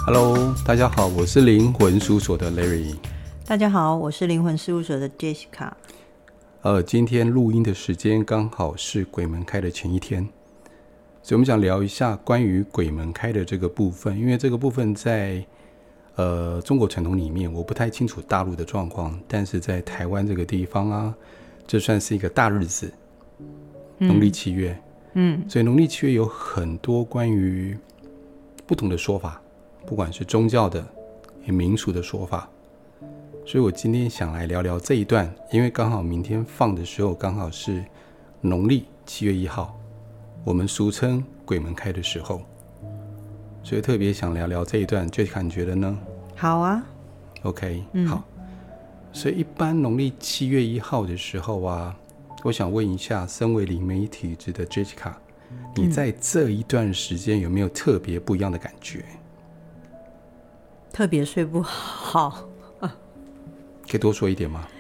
Hello， 大家好，我是灵魂事务所的 Larry。 大家好，我是灵魂事务所的 Jessica。 今天录音的时间刚好是鬼门开的前一天，所以我们想聊一下关于鬼门开的这个部分，因为这个部分在中国传统里面，我不太清楚大陆的状况，但是在台湾这个地方啊，这算是一个大日子，农历7月，所以农历7月有很多关于不同的说法，不管是宗教的也民俗的说法，所以我今天想来聊聊这一段，因为刚好明天放的时候刚好是农历7月1号，我们俗称鬼门开的时候，所以特别想聊聊这一段。 Jessica 你觉得呢？ 好啊 OK，好。所以一般农历7月1号的时候啊，我想问一下身为灵媒体质的 Jessica， 你在这一段时间有没有特别不一样的感觉？ 特别睡不好。 可以多说一点吗？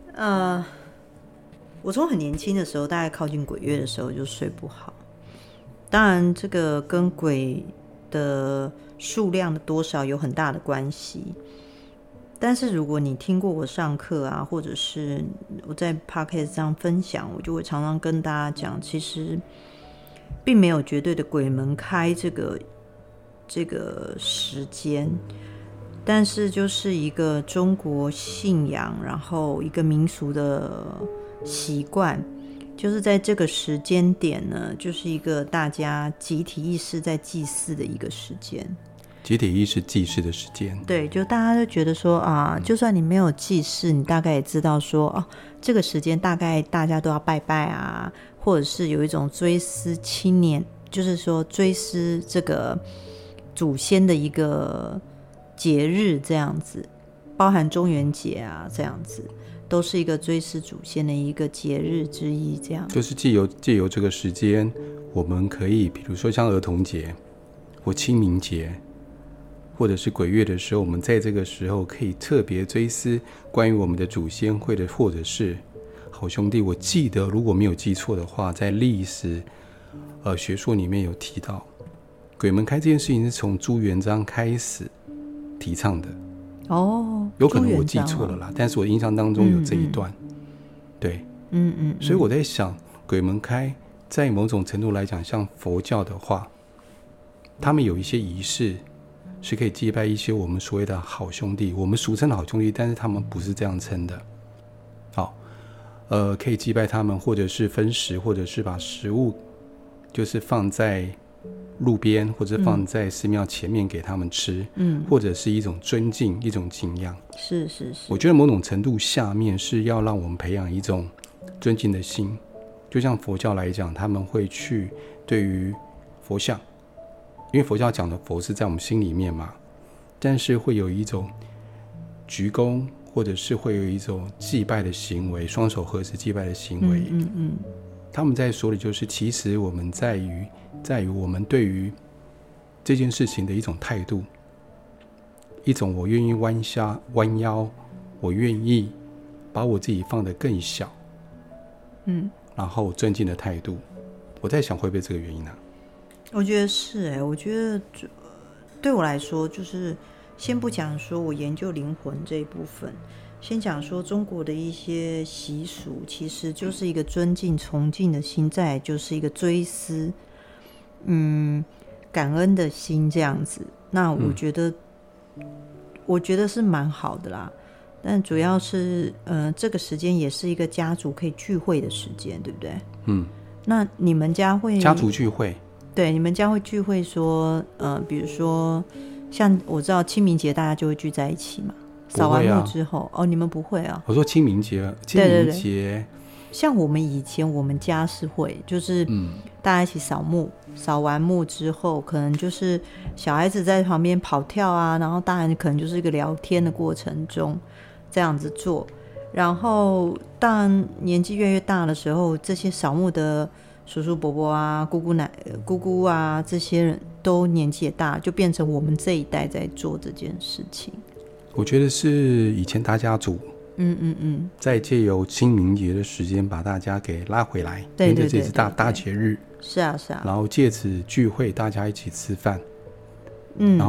我从很年轻的时候，大概靠近鬼月的时候就睡不好。当然，这个跟鬼的数量的多少有很大的关系。但是如果你听过我上课啊，或者是我在 Podcast 上分享，我就会常常跟大家讲，其实并没有绝对的鬼门开这个时间。但是就是一个中国信仰，然后一个民俗的习惯，就是在这个时间点呢，就是一个大家集体意识在祭祀的一个时间。 集体意识祭祀的时间， 对，就大家都觉得说啊，就算你没有祭祀，你大概也知道说，哦，这个时间大概大家都要拜拜啊，或者是有一种追思青年，就是说追思这个祖先的一个节日，这样子，包含中元节啊，这样子都是一个追思祖先的一个节日之一，这样就是借由这个时间，我们可以比如说像儿童节或清明节，或者是鬼月的时候，我们在这个时候可以特别追思关于我们的祖先，或者是好兄弟。我记得如果没有记错的话，在历史学说里面有提到，鬼门开这件事情是从朱元璋开始提倡的。有可能我记错了啦，但是我印象当中有这一段。对，所以我在想，鬼门开在某种程度来讲，像佛教的话，他们有一些仪式是可以祭拜一些我们所谓的好兄弟，我们俗称的好兄弟，但是他们不是这样称的。好，可以祭拜他们，或者是分食，或者是把食物就是放在路边，或者放在寺庙前面给他们吃，或者是一种尊敬，一种敬仰。 是。 我觉得某种程度下面是要让我们培养一种尊敬的心，就像佛教来讲，他们会去对于佛像，因为佛教讲的佛是在我们心里面嘛，但是会有一种鞠躬，或者是会有一种祭拜的行为，双手合十祭拜的行为。他们在说的就是，其实我们在于我们对于这件事情的一种态度，一种我愿意弯腰，我愿意把我自己放得更小，然后尊敬的态度。我在想会不会这个原因呢？ 我觉得是我觉得对我来说，就是先不讲说我研究灵魂这一部分，先讲说中国的一些习俗，其实就是一个尊敬崇敬的心，再来就是一个追思感恩的心这样子。那我觉得是蛮好的啦，但主要是这个时间也是一个家族可以聚会的时间，对不对？那你们家会家族聚会？ 对，你们家会聚会说比如说像我知道清明节大家就会聚在一起嘛，扫完墓之后。你们不会啊？ 我说清明节， 对，像我们以前我们家是会，就是大家一起扫墓，扫完墓之后，可能就是小孩子在旁边跑跳啊，然后大人可能就是一个聊天的过程中这样子做。然后当然年纪越来越大的时候，这些扫墓的叔叔伯伯啊、姑姑啊，这些人都年纪也大，就变成我们这一代在做这件事情。 我觉得是以前大家族在借由清明节的时间把大家给拉回来， 对， 因为这是大节日， 是啊， 然后借此聚会，大家一起吃饭，然后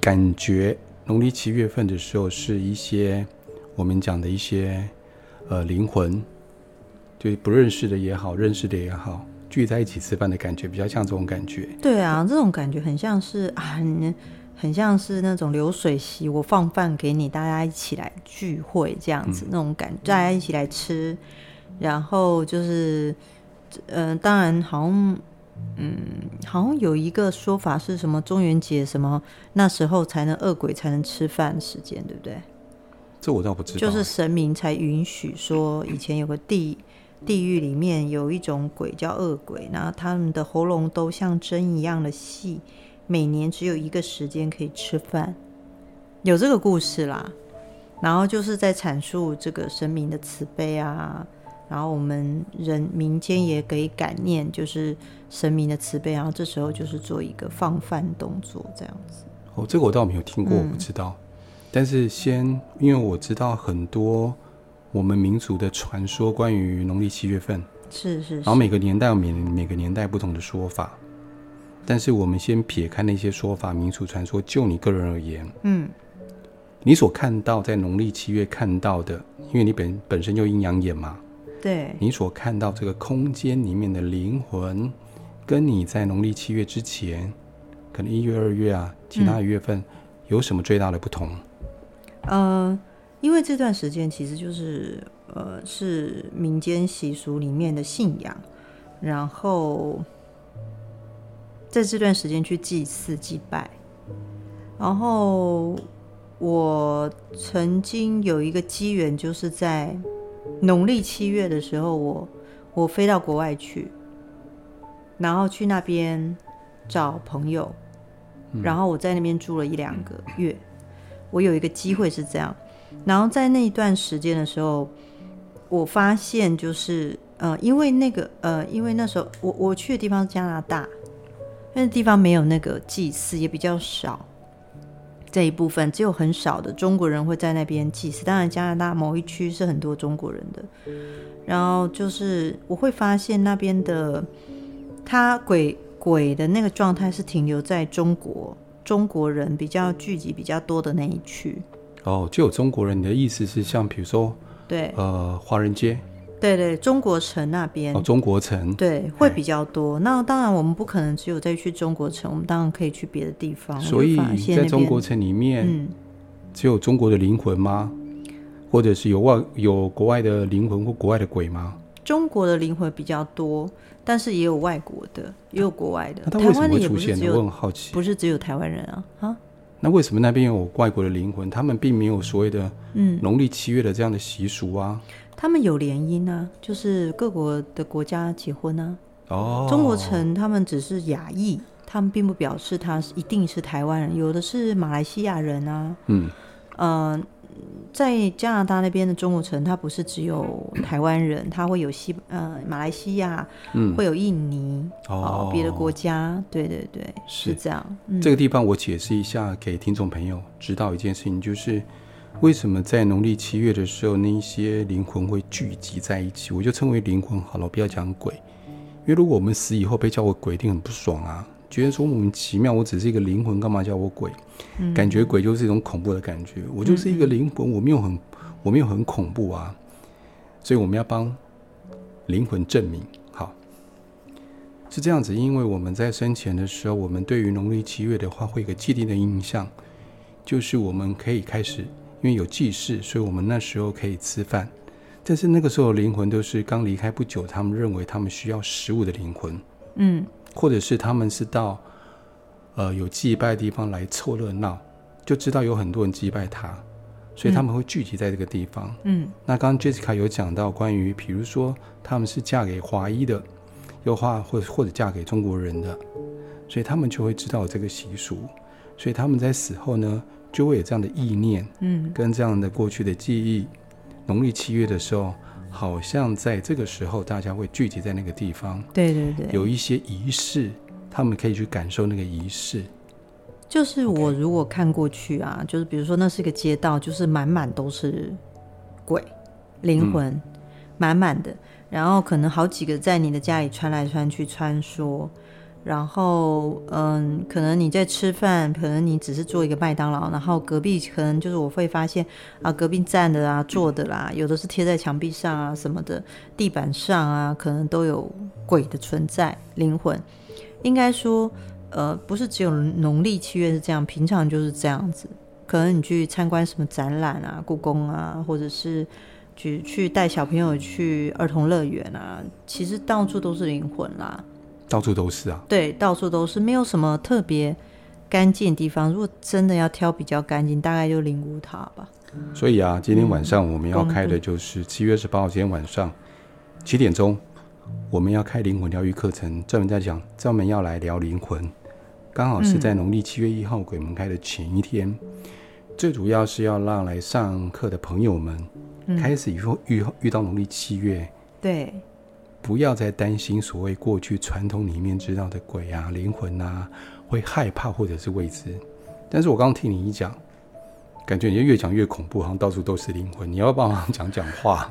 感觉农历7月份的时候是一些我们讲的一些灵魂，就是不认识的也好，认识的也好，聚在一起吃饭的感觉，比较像这种感觉。 对啊，这种感觉很像是很像是那种流水席，我放饭给你，大家一起来聚会这样子，那种感觉，大家一起来吃，然后就是当然好像有一个说法是什么中元节什么那时候才能恶鬼才能吃饭的时间，对不对？ 这我倒不知道， 就是神明才允许说，以前有个地狱里面有一种鬼叫恶鬼，然后他们的喉咙都像针一样的细，每年只有一个时间可以吃饭，有这个故事啦。然后就是在阐述这个神明的慈悲啊，然后我们民间也可以感念就是神明的慈悲，然后这时候就是做一个放饭动作这样子。 这个我倒没有听过，我不知道。但是因为我知道很多我们民族的传说关于农历7月份， 是， 然后每个年代有每个年代不同的说法，但是我们先撇开那些说法，民俗传说，就你个人而言，你所看到在农历7月看到的，因为你本身就阴阳眼嘛， 对， 你所看到这个空间里面的灵魂，跟你在农历7月之前，可能1月、2月啊，其他的月份，有什么最大的不同？ 因为这段时间其实就是是民间习俗里面的信仰，然后在这段时间去祭祀祭拜。然后我曾经有一个机缘，就是在农历7月的时候，我飞到国外去，然后去那边找朋友，然后我在那边住了1-2个月。我有一个机会是这样，然后在那一段时间的时候，我发现就是因为那时候我去的地方是加拿大，那地方没有那个祭祀，也比较少，这一部分只有很少的中国人会在那边祭祀，当然加拿大某一区是很多中国人的。然后就是我会发现那边的他鬼的那个状态是停留在中国人比较聚集比较多的那一区。 就有中国人，你的意思是像比如说对华人街， 对，中国城那边， 中国城， 对，会比较多。那当然我们不可能只有再去中国城，我们当然可以去别的地方。 所以在中国城里面，只有中国的灵魂吗？或者是有国外的灵魂或国外的鬼吗？ 中国的灵魂比较多，但是也有外国的，也有国外的。 那它为什么会出现呢？我很好奇。 不是只有台湾人啊？ 那为什么那边有外国的灵魂？他们并没有所谓的农历7月的这样的习俗啊。 他们有联姻啊，就是各国的国家结婚啊。中国城他们只是亚裔，他们并不表示他一定是台湾人，有的是马来西亚人啊。在加拿大那边的中国城，它不是只有台湾人，它会有马来西亚，会有印尼，别的国家，对，是这样。 这个地方我解释一下给听众朋友知道一件事情，就是为什么在农历7月的时候，那一些灵魂会聚集在一起，我就称为灵魂好了，不要讲鬼，因为如果我们死以后被叫我鬼，一定很不爽啊，觉得说莫名其妙，我只是一个灵魂，干嘛叫我鬼？感觉鬼就是一种恐怖的感觉，我就是一个灵魂，我没有很恐怖啊，所以我们要帮灵魂证明。好，是这样子，因为我们在生前的时候，我们对于农历7月的话，会有一个既定的印象，就是我们可以开始，因为有祭祀，所以我们那时候可以吃饭。但是那个时候灵魂都是刚离开不久，他们认为他们需要食物的灵魂，或者是他们是到有祭拜的地方来凑热闹，就知道有很多人祭拜他，所以他们会聚集在这个地方。那刚刚 Jessica 有讲到关于比如说他们是嫁给华裔的，又或者嫁给中国人的，所以他们就会知道这个习俗，所以他们在死后呢就会有这样的意念，跟这样的过去的记忆。农历7月的时候，好像在这个时候大家会聚集在那个地方， 对， 有一些仪式，他们可以去感受那个仪式。 就是我如果看过去啊，就是比如说那是一个街道，就是满满都是鬼灵魂，满满的，然后可能好几个在你的家里穿来穿去穿梭， 然后可能你在吃饭，可能你只是做一个麦当劳，然后隔壁可能就是我会发现啊，隔壁站的啊、坐的啦，有的是贴在墙壁上啊什么的，地板上啊，可能都有鬼的存在，灵魂。应该说不是只有农历7月是这样，平常就是这样子。可能你去参观什么展览啊，故宫啊，或者是去带小朋友去儿童乐园啊，其实到处都是灵魂啦。 到处都是啊。 对，到处都是，没有什么特别干净的地方。如果真的要挑比较干净，大概就灵骨塔吧。 所以啊，今天晚上我们要开的就是7月18号，今天晚上7点钟，我们要开灵魂疗愈课程，专门要来聊灵魂。刚好是在农历7月1号鬼门开的前一天，最主要是要让来上课的朋友们开始遇到农历7月， 对， 不要再担心所谓过去传统里面知道的鬼啊、灵魂啊，会害怕或者是未知。但是我刚刚听你一讲，感觉你就越讲越恐怖，好像到处都是灵魂。你要帮忙讲话。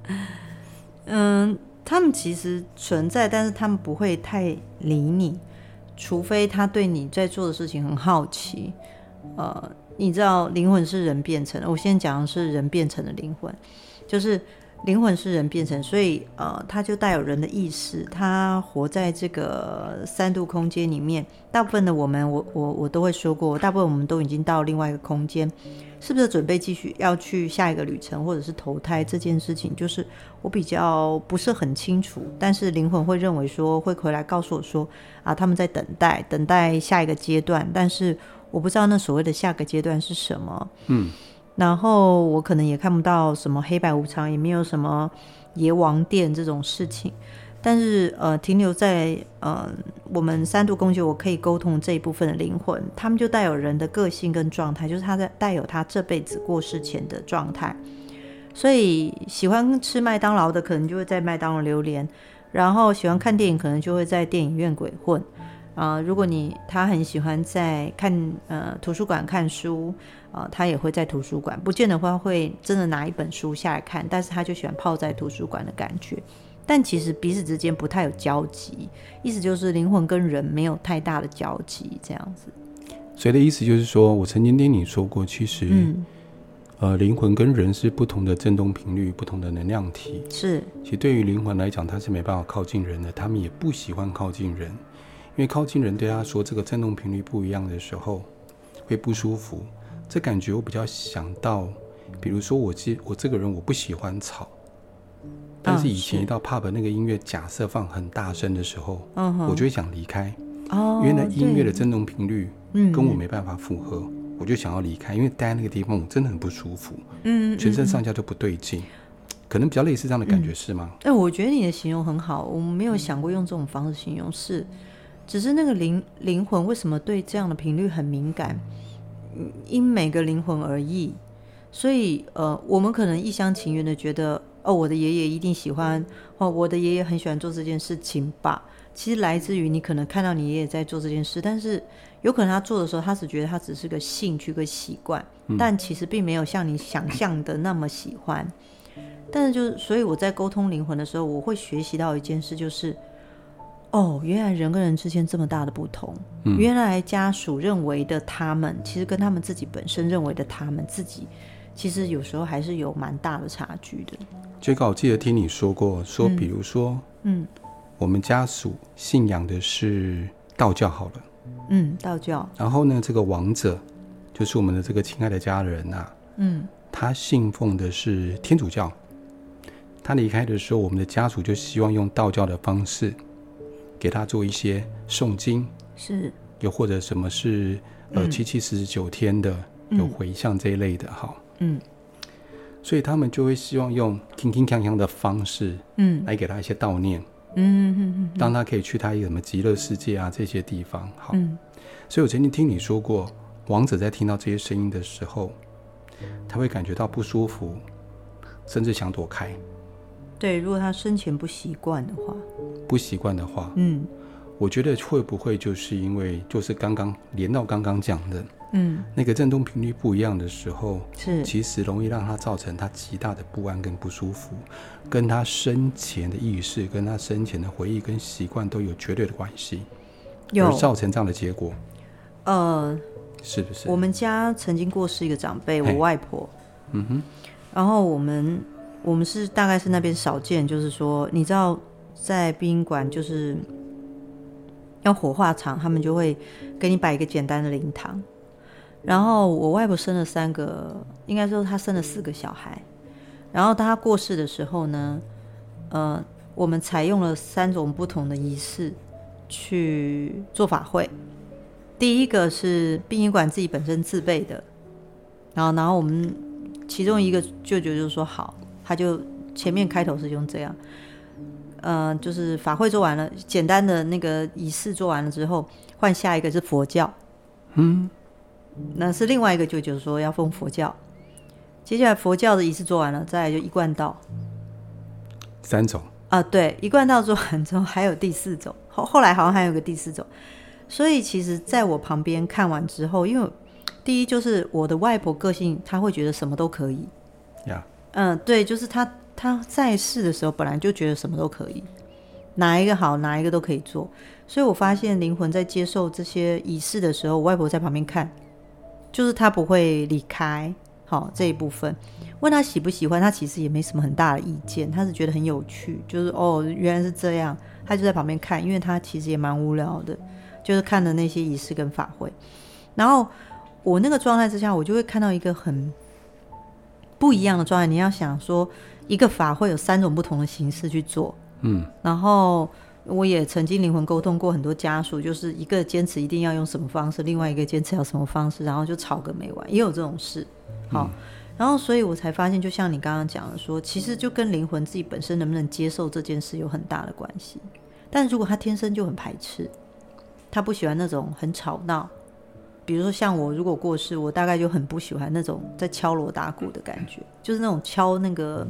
他们其实存在，但是他们不会太理你，除非他对你在做的事情很好奇。你知道灵魂是人变成的，我现在讲的是人变成的灵魂，就是灵魂是人变成，所以它就带有人的意识，它活在这个3度空间里面。大部分的我都会说过，大部分我们都已经到另外一个空间，是不是准备继续要去下一个旅程，或者是投胎这件事情，就是我比较不是很清楚。但是灵魂会认为说，会回来告诉我说啊，他们在等待下一个阶段，但是我不知道那所谓的下个阶段是什么。然后我可能也看不到什么黑白无常，也没有什么阎王殿这种事情。但是停留在我们3度空间，我可以沟通这一部分的灵魂，他们就带有人的个性跟状态，就是他带有他这辈子过世前的状态。所以喜欢吃麦当劳的可能就会在麦当劳流连，然后喜欢看电影可能就会在电影院鬼混。如果他很喜欢在图书馆看书，他也会在图书馆，不见得会真的拿一本书下来看，但是他就喜欢泡在图书馆的感觉。但其实彼此之间不太有交集，意思就是灵魂跟人没有太大的交集，这样子。 所以的意思就是说，我曾经听你说过，其实灵魂跟人是不同的振动频率，不同的能量体。 是， 其实对于灵魂来讲，他是没办法靠近人的，他们也不喜欢靠近人，因为靠近人对他说这个振动频率不一样的时候会不舒服。这感觉我比较想到，比如说我这个人我不喜欢吵，但是以前一到 pub 那个音乐假设放很大声的时候，我就会想离开，因为那音乐的振动频率跟我没办法符合，我就想要离开，因为待在那个地方我真的很不舒服，全身上下就不对劲，可能比较类似这样的感觉，是吗？ 我觉得你的形容很好，我没有想过用这种方式形容，只是那个灵魂为什么对这样的频率很敏感，因每个灵魂而异。所以我们可能一厢情愿的觉得我的爷爷一定喜欢，我的爷爷很喜欢做这件事情吧。其实来自于你可能看到你爷爷在做这件事，但是有可能他做的时候他只觉得他只是个兴趣跟习惯，但其实并没有像你想象的那么喜欢。但是所以我在沟通灵魂的时候，我会学习到一件事，就是原来人跟人之间这么大的不同，原来家属认为的他们其实跟他们自己本身认为的他们自己其实有时候还是有蛮大的差距的。 这个我记得听你说过，说比如说我们家属信仰的是道教好了， 道教， 然后呢这个亡者就是我们的这个亲爱的家人啊，他信奉的是天主教，他离开的时候我们的家属就希望用道教的方式给他做一些诵经， 是， 又或者什么是749天的有回向这一类的，所以他们就会希望用铿铿锵锵的方式来给他一些悼念，让他可以去他什么极乐世界啊这些地方。所以我曾经听你说过，亡者在听到这些声音的时候，他会感觉到不舒服，甚至想躲开。 对，如果他生前不习惯的话， 我觉得会不会就是因为就是连到刚刚讲的，那个振动频率不一样的时候，其实容易让他造成他极大的不安跟不舒服，跟他生前的意识、跟他生前的回忆跟习惯都有绝对的关系。 有而造成这样的结果？是不是？ 我们家曾经过世一个长辈，我外婆。然后我们是大概是那边少见，就是说，你知道，在殡仪馆就是要火化场，他们就会给你摆一个简单的灵堂。然后我外婆生了3个，应该说她生了4个小孩。然后当她过世的时候呢，我们采用了3种不同的仪式去做法会。第一个是殡仪馆自己本身自备的，然后我们其中一个舅舅就说好，他就前面开头是用这样，就是法会做完了，简单的那个仪式做完了之后，换下一个是佛教，那是另外一个舅舅说要奉佛教，接下来佛教的仪式做完了，再来就一贯道 ，3种对，一贯道做完之后还有第4种，后来好像还有个第4种。所以其实在我旁边看完之后，因为第一就是我的外婆个性，她会觉得什么都可以对，就是她在世的时候本来就觉得什么都可以，哪一个好哪一个都可以做。所以我发现灵魂在接受这些仪式的时候，我外婆在旁边看，就是她不会离开这一部分。问她喜不喜欢，她其实也没什么很大的意见，她是觉得很有趣，就是原来是这样，她就在旁边看，因为她其实也蛮无聊的，就是看的那些仪式跟法会。然后我那个状态之下，我就会看到一个很不一样的状态。你要想说，一个法会有3种不同的形式去做，然后我也曾经灵魂沟通过很多家属，就是一个坚持一定要用什么方式，另外一个坚持要什么方式，然后就吵个没完，也有这种事。然后所以我才发现，就像你刚刚讲的说，其实就跟灵魂自己本身能不能接受这件事有很大的关系。但如果他天生就很排斥，他不喜欢那种很吵闹，比如说像我如果过世，我大概就很不喜欢那种在敲锣打鼓的感觉，就是那种敲那个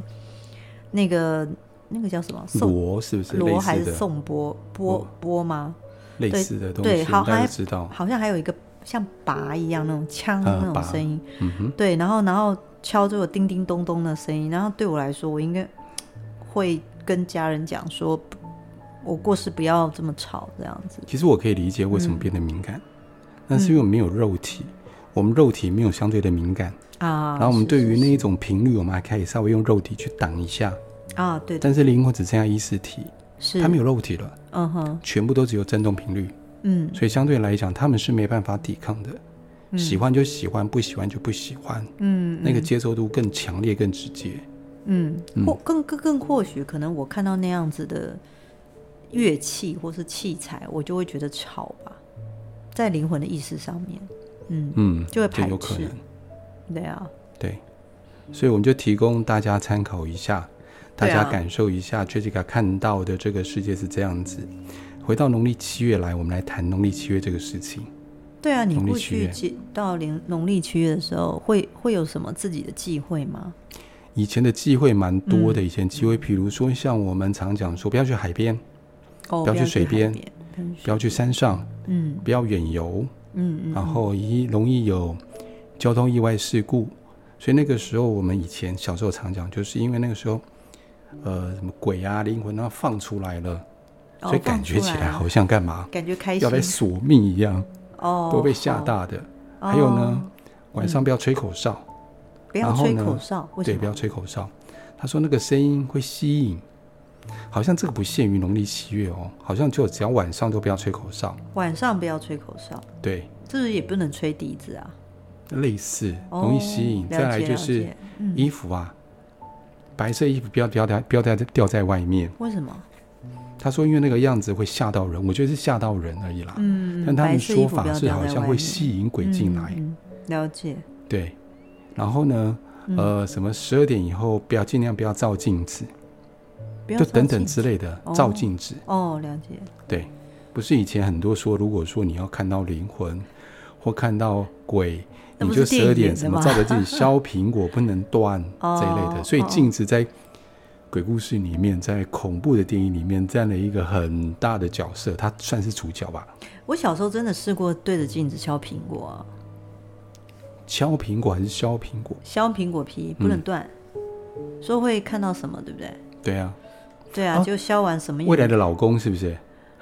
叫什么锣，是不是锣还是颂钵吗？ 类似的东西， 对， 大家知道， 好像还有一个像拔一样那种枪那种声音，对，然后敲这个叮叮咚咚的声音，然后对我来说，我应该会跟家人讲说，我过世不要这么吵这样子。 其实我可以理解为什么变得敏感，但是因为我们没有肉体，我们肉体没有相对的敏感然后我们对于那一种频率，我们还可以稍微用肉体去挡一下对， 但是灵魂只剩下意识体，它没有肉体了，全部都只有振动频率，所以相对来讲，他们是没办法抵抗的。喜欢就喜欢，不喜欢就不喜欢，那个接受度更强烈、更直接。 更或许可能我看到那样子的乐器或是器材，我就会觉得吵吧，在灵魂的意识上面，就会排斥， 有可能。 对啊， 对，所以我们就提供大家参考一下，大家感受一下 Jessica 看到的这个世界是这样子。回到农历7月来，我们来谈农历7月这个事情。 对啊，你过去到农历7月的时候，会有什么自己的忌讳吗？ 以前的忌讳蛮多的，以前忌讳，比如说像我们常讲说，不要去海边，不要去水边，不要去山上，不要远游，然后容易有交通意外事故。所以那个时候我们以前小时候常讲，就是因为那个时候什么鬼啊灵魂放出来了，所以感觉起来好像干嘛， 感觉开心， 要来索命一样，都被吓大的。还有呢，晚上不要吹口哨， 不要吹口哨，为什么？ 对，不要吹口哨。他说那个声音会吸引，好像这个不限于农历7月好像就只要晚上都不要吹口哨。 晚上不要吹口哨， 对， 是不是也不能吹笛子啊？ 类似，容易吸引。再来就是衣服啊，白色衣服不要掉在外面。 为什么？ 他说因为那个样子会吓到人，我觉得是吓到人而已啦。但他们说法是好像会吸引鬼进来。 了解。 对，然后呢，什么12点以后尽量不要照镜子，就等等之类的，照镜子。 了解。 对，不是以前很多说，如果说你要看到灵魂或看到鬼，你就12点什么照着自己削苹果不能断这一类的。所以镜子在鬼故事里面，在恐怖的电影里面占了一个很大的角色，它算是主角吧。 我小时候真的试过对着镜子削苹果啊。 削苹果还是削苹果？ 削苹果皮不能断，说会看到什么，对不对？ 对啊， 对啊，就削完什么？ 未来的老公是不是？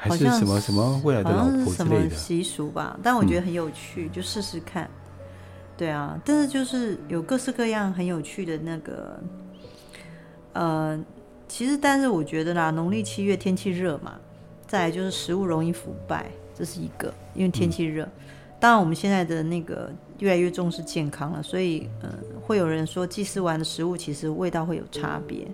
还是什么什么未来的老婆之类好像是什么的习俗吧，但我觉得很有趣，就试试看。对啊，但是就是有各式各样很有趣的那个，其实但是我觉得啦，农历7月天气热嘛，再来就是食物容易腐败，这是一个，因为天气热。当然我们现在的那个越来越重视健康了，所以会有人说祭祀完的食物其实味道会有差别。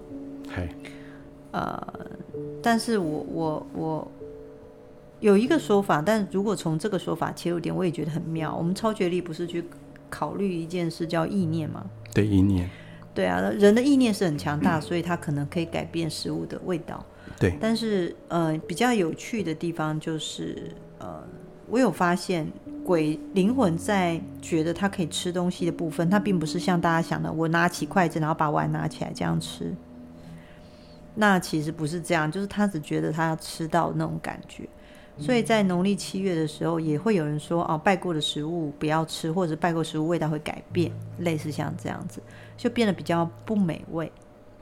但是我有一个说法，但如果从这个说法切入点，我也觉得很妙。我们超觉力不是去考虑一件事叫意念吗？ 对，意念。 对啊，人的意念是很强大，所以它可能可以改变食物的味道。 对， 但是比较有趣的地方就是我有发现鬼灵魂在觉得它可以吃东西的部分，它并不是像大家想的，我拿起筷子然后把碗拿起来这样吃。那其实不是这样，就是他只觉得他要吃到那种感觉。所以在农历7月的时候，也会有人说拜过的食物不要吃，或者拜过食物味道会改变，类似像这样子，就变得比较不美味。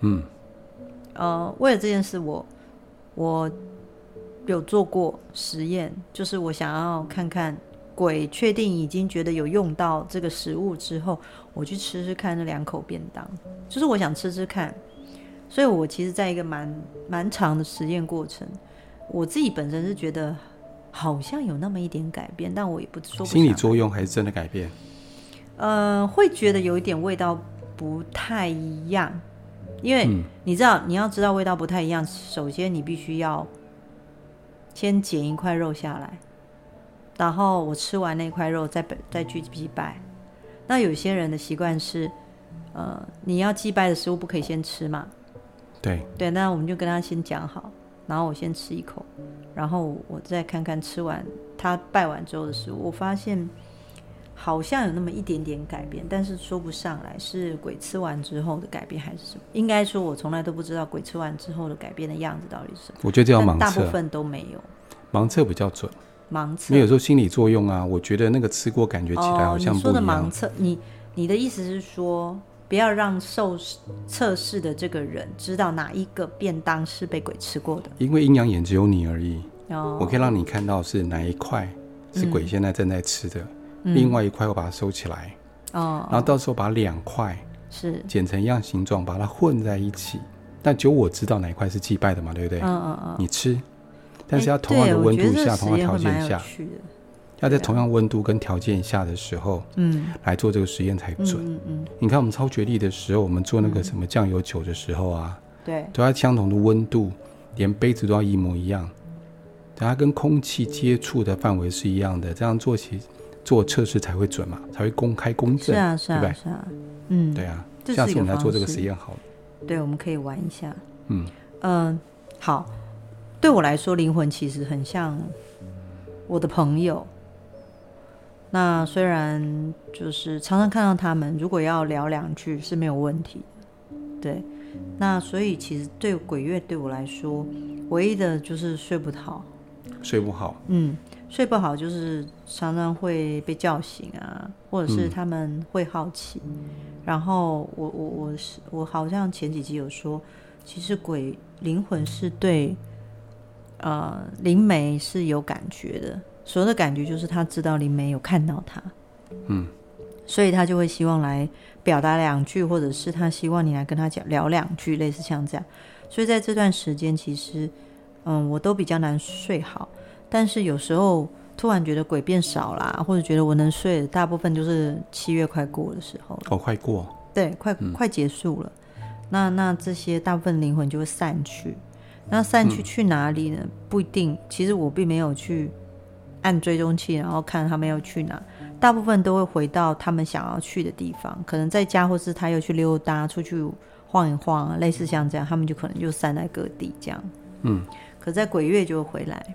为了这件事，我有做过实验，就是我想要看看鬼确定已经觉得有用到这个食物之后，我去吃吃看那2口便当，就是我想吃吃看。所以我其实在一个蛮长的实验过程，我自己本身是觉得好像有那么一点改变，但我也不说不上来。 心理作用还是真的改变？ 会觉得有一点味道不太一样，因为你要知道味道不太一样，首先你必须要先剪一块肉下来，然后我吃完那块肉再去祭拜。那有些人的习惯是你要祭拜的食物不可以先吃嘛？对，那我们就跟他先讲好，然后我先吃一口，然后我再看看吃完他拜完之后的食物。我发现好像有那么一点点改变，但是说不上来是鬼吃完之后的改变还是什么。应该说我从来都不知道鬼吃完之后的改变的样子到底是什么。 我觉得这要盲测， 大部分都没有。 盲测比较准。 盲测因为有时候心理作用啊，我觉得那个吃过感觉起来好像不一样。 你说的盲测，你的意思是说不要让受测试的这个人知道哪一个便当是被鬼吃过的， 因为阴阳眼只有你而已。我可以让你看到是哪一块是鬼现在正在吃的，另外一块我把它收起来，然后到时候把2块是剪成一样形状，把它混在一起。但只有我知道哪一块是祭拜的嘛，对不对？你吃，但是要同样的温度下，同样条件下，要在同样温度跟条件下的时候，来做这个实验才准。你看我们超觉力的时候，我们做那个什么酱油酒的时候啊，对，都要相同的温度，连杯子都要一模一样，它跟空气接触的范围是一样的，这样做测试才会准嘛，才会公开公正，对不对？是啊，对啊，下次我们来做这个实验好了。 对，我们可以玩一下。好，对我来说，灵魂其实很像我的朋友。那虽然就是常常看到他们，如果要聊2句是没有问题的。对，那所以其实对鬼月对我来说，唯一的就是睡不好。 睡不好， 睡不好就是常常会被叫醒啊，或者是他们会好奇。然后我好像前几集有说，其实鬼灵魂是对灵媒是有感觉的。所谓的感觉就是他知道灵媒有看到他，所以他就会希望来表达2句，或者是他希望你来跟他聊2句，类似像这样。所以在这段时间其实我都比较难睡好，但是有时候突然觉得鬼变少啦，或者觉得我能睡的大部分就是7月快过的时候。 快过， 对，快结束了。那这些大部分灵魂就会散去。那散去哪里呢？不一定。其实我并没有去按追踪器然后看他们要去哪，大部分都会回到他们想要去的地方，可能在家，或是他又去溜达出去晃一晃，类似像这样，他们就可能就散在各地这样。可在鬼月就会回来。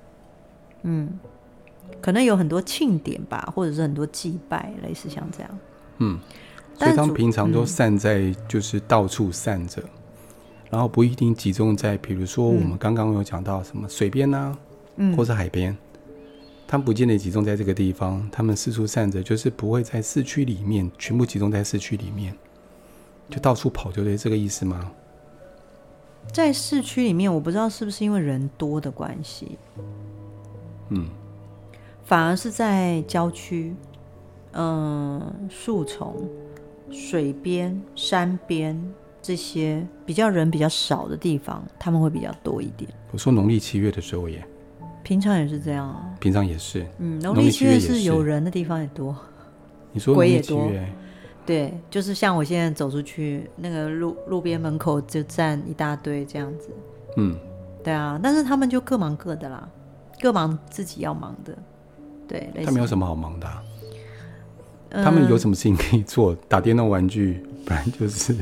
可能有很多庆典吧，或者是很多祭拜，类似像这样。 所以他们平常都散在就是到处散着，然后不一定集中在比如说我们刚刚有讲到什么水边啊，或是海边，他们不见得集中在这个地方，他们四处散着，就是不会在市区里面全部集中在市区里面，就到处跑，就对这个意思吗？ 在市区里面，我不知道是不是因为人多的关系，反而是在郊区，树丛、水边、山边这些比较人比较少的地方，他们会比较多一点。 我说农历7月的时候耶， 平常也是这样啊。 平常也是， 农历7月是有人的地方也多， 你说农历7月， 对，就是像我现在走出去，那个路边门口就站一大堆这样子。对啊，但是他们就各忙各的啦，各忙自己要忙的。对，他们有什么好忙的啊？他们有什么事情可以做？打电动玩具，不然就是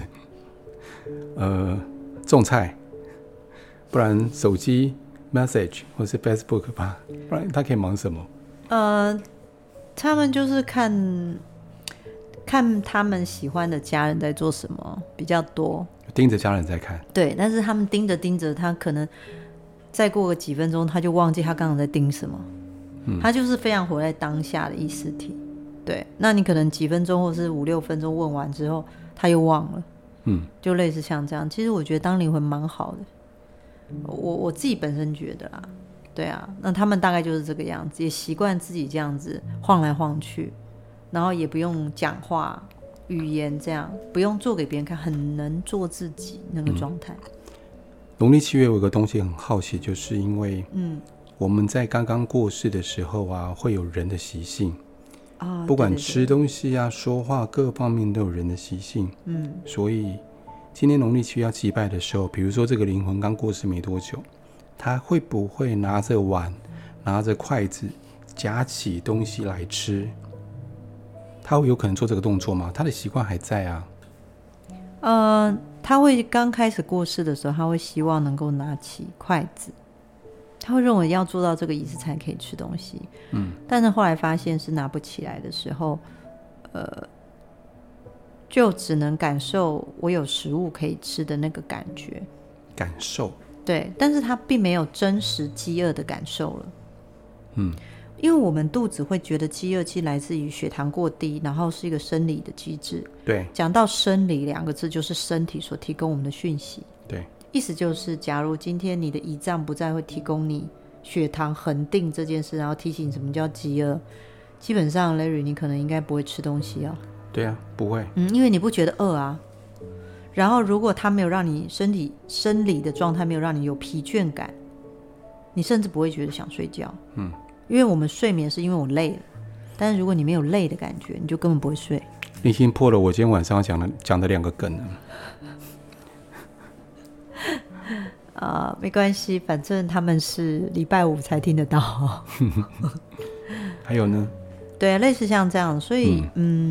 种菜，不然手机 message 或是 Facebook 吧，不然他可以忙什么？ 他们就是看他们喜欢的家人在做什么比较多， 盯着家人在看。 对，但是他们盯着，他可能再过个几分钟，他就忘记他刚刚在盯什么。他就是非常活在当下的意识体。对，那你可能几分钟或是5-6分钟问完之后，他又忘了。就类似像这样。其实我觉得当灵魂蛮好的，我自己本身觉得啦。对啊，那他们大概就是这个样子，也习惯自己这样子晃来晃去，然后也不用讲话语言，这样不用做给别人看，很能做自己那个状态。 农历7月有一个东西很好奇，就是因为我们在刚刚过世的时候啊，会有人的习性啊，不管吃东西啊、说话各方面都有人的习性。所以今天农历7月要祭拜的时候，比如说这个灵魂刚过世没多久，他会不会拿着碗、拿着筷子夹起东西来吃？他会有可能做这个动作吗？他的习惯还在啊。他会刚开始过世的时候，他会希望能够拿起筷子，他会认为要做到这个仪式才可以吃东西。但是后来发现是拿不起来的时候，就只能感受我有食物可以吃的那个感觉。 感受。 对，但是他并没有真实饥饿的感受了。因为我们肚子会觉得饥饿，其实来自于血糖过低，然后是一个生理的机制。 对， 讲到生理2个字，就是身体所提供我们的讯息。 对， 意思就是假如今天你的胰脏不再会提供你血糖恒定这件事，然后提醒什么叫饥饿，基本上 Larry 你可能应该不会吃东西啊。 对啊，不会。 因为你不觉得饿啊。然后如果它没有让你生理的状态没有让你有疲倦感，你甚至不会觉得想睡觉。因为我们睡眠是因为我累了，但是如果你没有累的感觉，你就根本不会睡。 你已经破了我今天晚上讲的2个梗了。没关系，反正他们是礼拜5才听得到。 还有呢？ 对，类似像这样，所以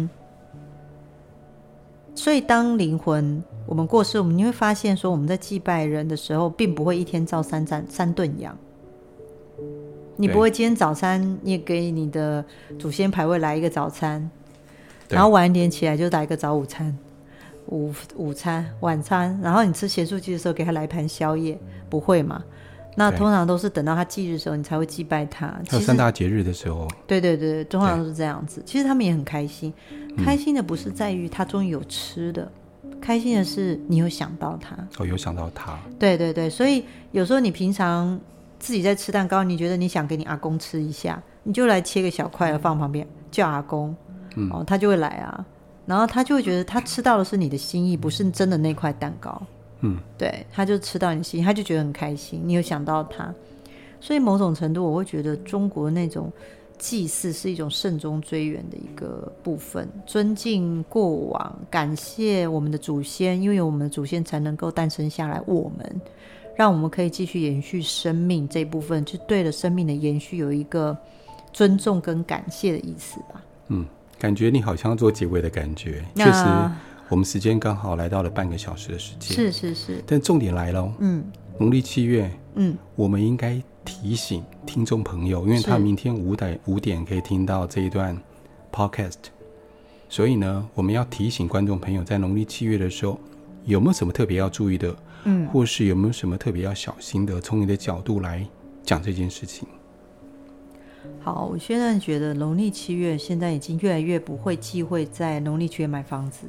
所以当灵魂我们过世，你会发现说我们在祭拜人的时候，并不会一天照3顿羊。你不会今天早餐你也给你的祖先牌位来一个早餐，然后晚一点起来就来一个早午餐、午餐、晚餐，然后你吃咸酥鸡的时候给他来一盘宵夜，不会嘛？那通常都是等到他忌日的时候你才会祭拜他， 还有3大节日的时候。 对，通常都是这样子。其实他们也很开心，开心的不是在于他终于有吃的，开心的是你有想到他。 有想到他。 对，所以有时候你平常自己在吃蛋糕，你觉得你想给你阿公吃一下，你就来切个小块放旁边叫阿公，他就会来啊，然后他就会觉得他吃到的是你的心意，不是真的那块蛋糕。对，他就吃到你的心意，他就觉得很开心，你有想到他。所以某种程度我会觉得中国那种祭祀是一种慎终追远的一个部分，尊敬过往，感谢我们的祖先，因为有我们的祖先才能够诞生下来我们，让我们可以继续延续生命，这一部分就对了生命的延续有一个尊重跟感谢的意思吧。 感觉你好像做结尾的感觉。确实我们时间刚好来到了半个小时的时间。是，但重点来了。农历7月我们应该提醒听众朋友，因为他明天5点可以听到这一段 podcast， 所以呢我们要提醒观众朋友，在农历7月的时候有没有什么特别要注意的，或是有没有什么特别要小心的，从你的角度来讲这件事情。 好，我现在觉得农历7月现在已经越来越不会忌讳在农历7月买房子。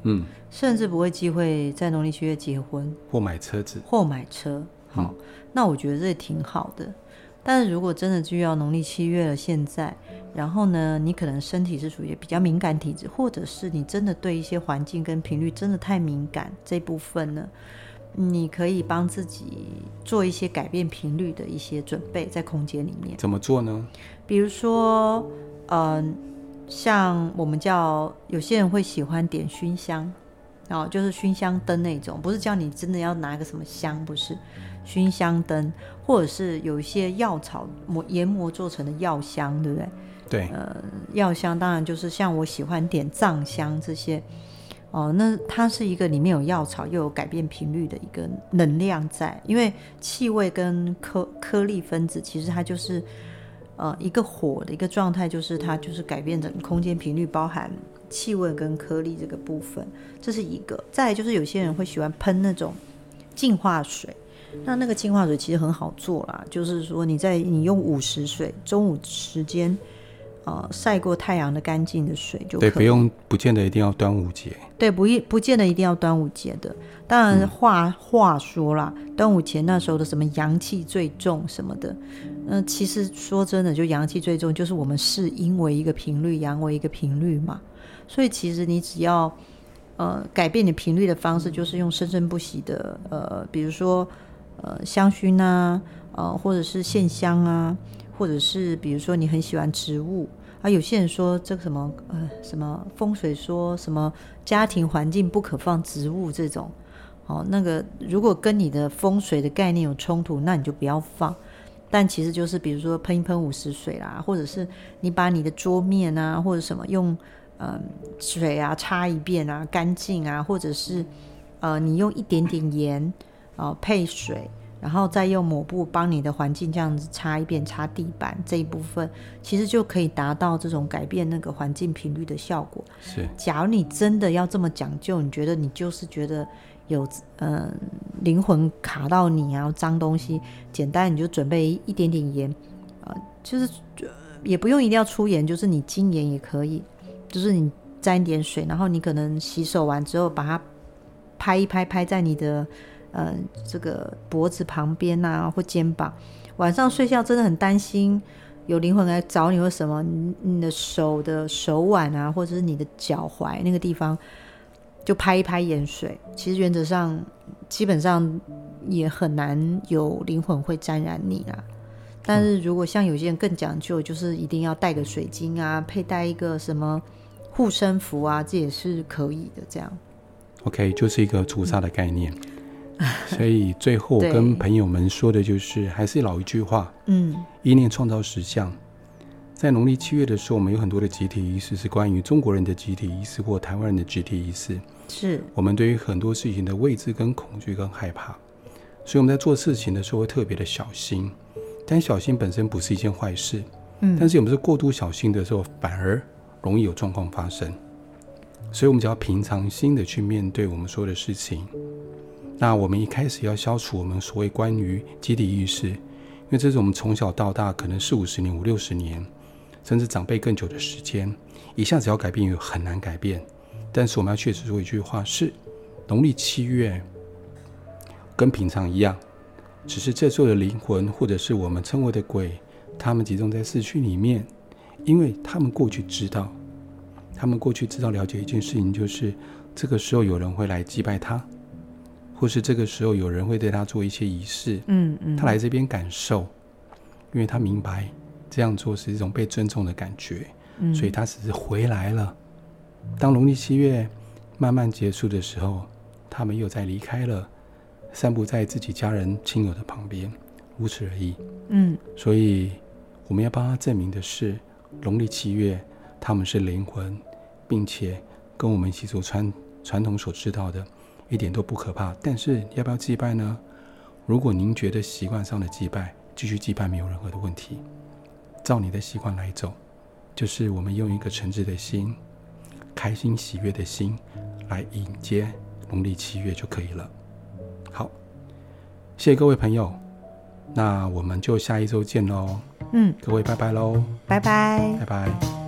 甚至不会忌讳在农历7月结婚或买车子或买车。好，那我觉得这也挺好的。但是如果真的就要农历7月了，现在，然后呢，你可能身体是属于比较敏感体质，或者是你真的对一些环境跟频率真的太敏感，这部分呢，你可以帮自己做一些改变频率的一些准备在空间里面。 怎么做呢？ 比如说像我们有些人会喜欢点熏香，就是熏香灯那种，不是叫你真的要拿个什么香，不是熏香灯，或者是有一些药草研磨做成的药香，对不对？ 对， 药香当然就是像我喜欢点藏香这些，那它是一个里面有药草又有改变频率的一个能量在，因为气味跟颗粒分子其实它就是一个火的一个状态，就是它就是改变整个空间频率，包含气味跟颗粒这个部分，这是一个。再来就是有些人会喜欢喷那种净化水，那个净化水其实很好做啦，就是说你用50水，中午时间晒过太阳的干净的水就可以。 对，不见得一定要端午节。 对，不见得一定要端午节的。当然话说啦，端午节那时候的什么阳气最重什么的，其实说真的，就阳气最重就是我们视阴为一个频率，阳为一个频率嘛。所以其实你只要改变你频率的方式，就是用生生不息的比如说香薰啊，或者是线香啊，或者是比如说你很喜欢植物有些人说这个什么风水说什么家庭环境不可放植物这种那个如果跟你的风水的概念有冲突，那你就不要放。但其实就是比如说喷一喷50水啦，或者是你把你的桌面啊或者什么用水擦一遍干净或者是你用一点点盐配水，然后再用抹布帮你的环境这样子擦一遍，擦地板这一部分其实就可以达到这种改变那个环境频率的效果。 是， 假如你真的要这么讲究，你觉得你就是觉得有灵魂卡到你脏东西，简单你就准备一点点盐就是也不用一定要粗盐，就是你精盐也可以，就是你沾一点水，然后你可能洗手完之后把它拍一拍，拍在你的这个脖子旁边或肩膀。晚上睡觉真的很担心有灵魂来找你或什么，你的手腕或者是你的脚踝那个地方就拍一拍盐水，其实原则上基本上也很难有灵魂会沾染你啦。但是如果像有些人更讲究，就是一定要带个水晶佩戴一个什么护身符这也是可以的。这样 OK， 就是一个除煞的概念。所以最后跟朋友们说的就是还是老一句话，意念创造实相。在农历7月的时候，我们有很多的集体仪式是关于中国人的集体仪式或台湾人的集体仪式，是我们对于很多事情的未知跟恐惧跟害怕，所以我们在做事情的时候会特别的小心。但小心本身不是一件坏事，但是我们是过度小心的时候反而容易有状况发生。所以我们只要平常心的去面对我们所有的事情。那我们一开始要消除我们所谓关于集体意识，因为这是我们从小到大可能40-50年50-60年甚至长辈更久的时间，一下子要改变也很难改变。但是我们要确实说一句话，是农历7月跟平常一样，只是这时候的灵魂或者是我们称为的鬼，他们集中在市区里面，因为他们过去知道了解一件事情，就是这个时候有人会来祭拜他，或是这个时候有人会对他做一些仪式，他来这边感受，因为他明白这样做是一种被尊重的感觉，所以他只是回来了。当农历7月慢慢结束的时候，他们又再离开了，散布在自己家人亲友的旁边，如此而已。所以我们要帮他证明的是，农历7月他们是灵魂，并且跟我们习俗传统所知道的一点都不可怕。但是要不要祭拜呢？如果您觉得习惯上的祭拜，继续祭拜没有任何的问题，照你的习惯来走，就是我们用一个诚挚的心，开心喜悦的心来迎接农历7月就可以了。好，谢谢各位朋友，那我们就下一周见咯。各位拜拜咯。 拜拜。 拜拜。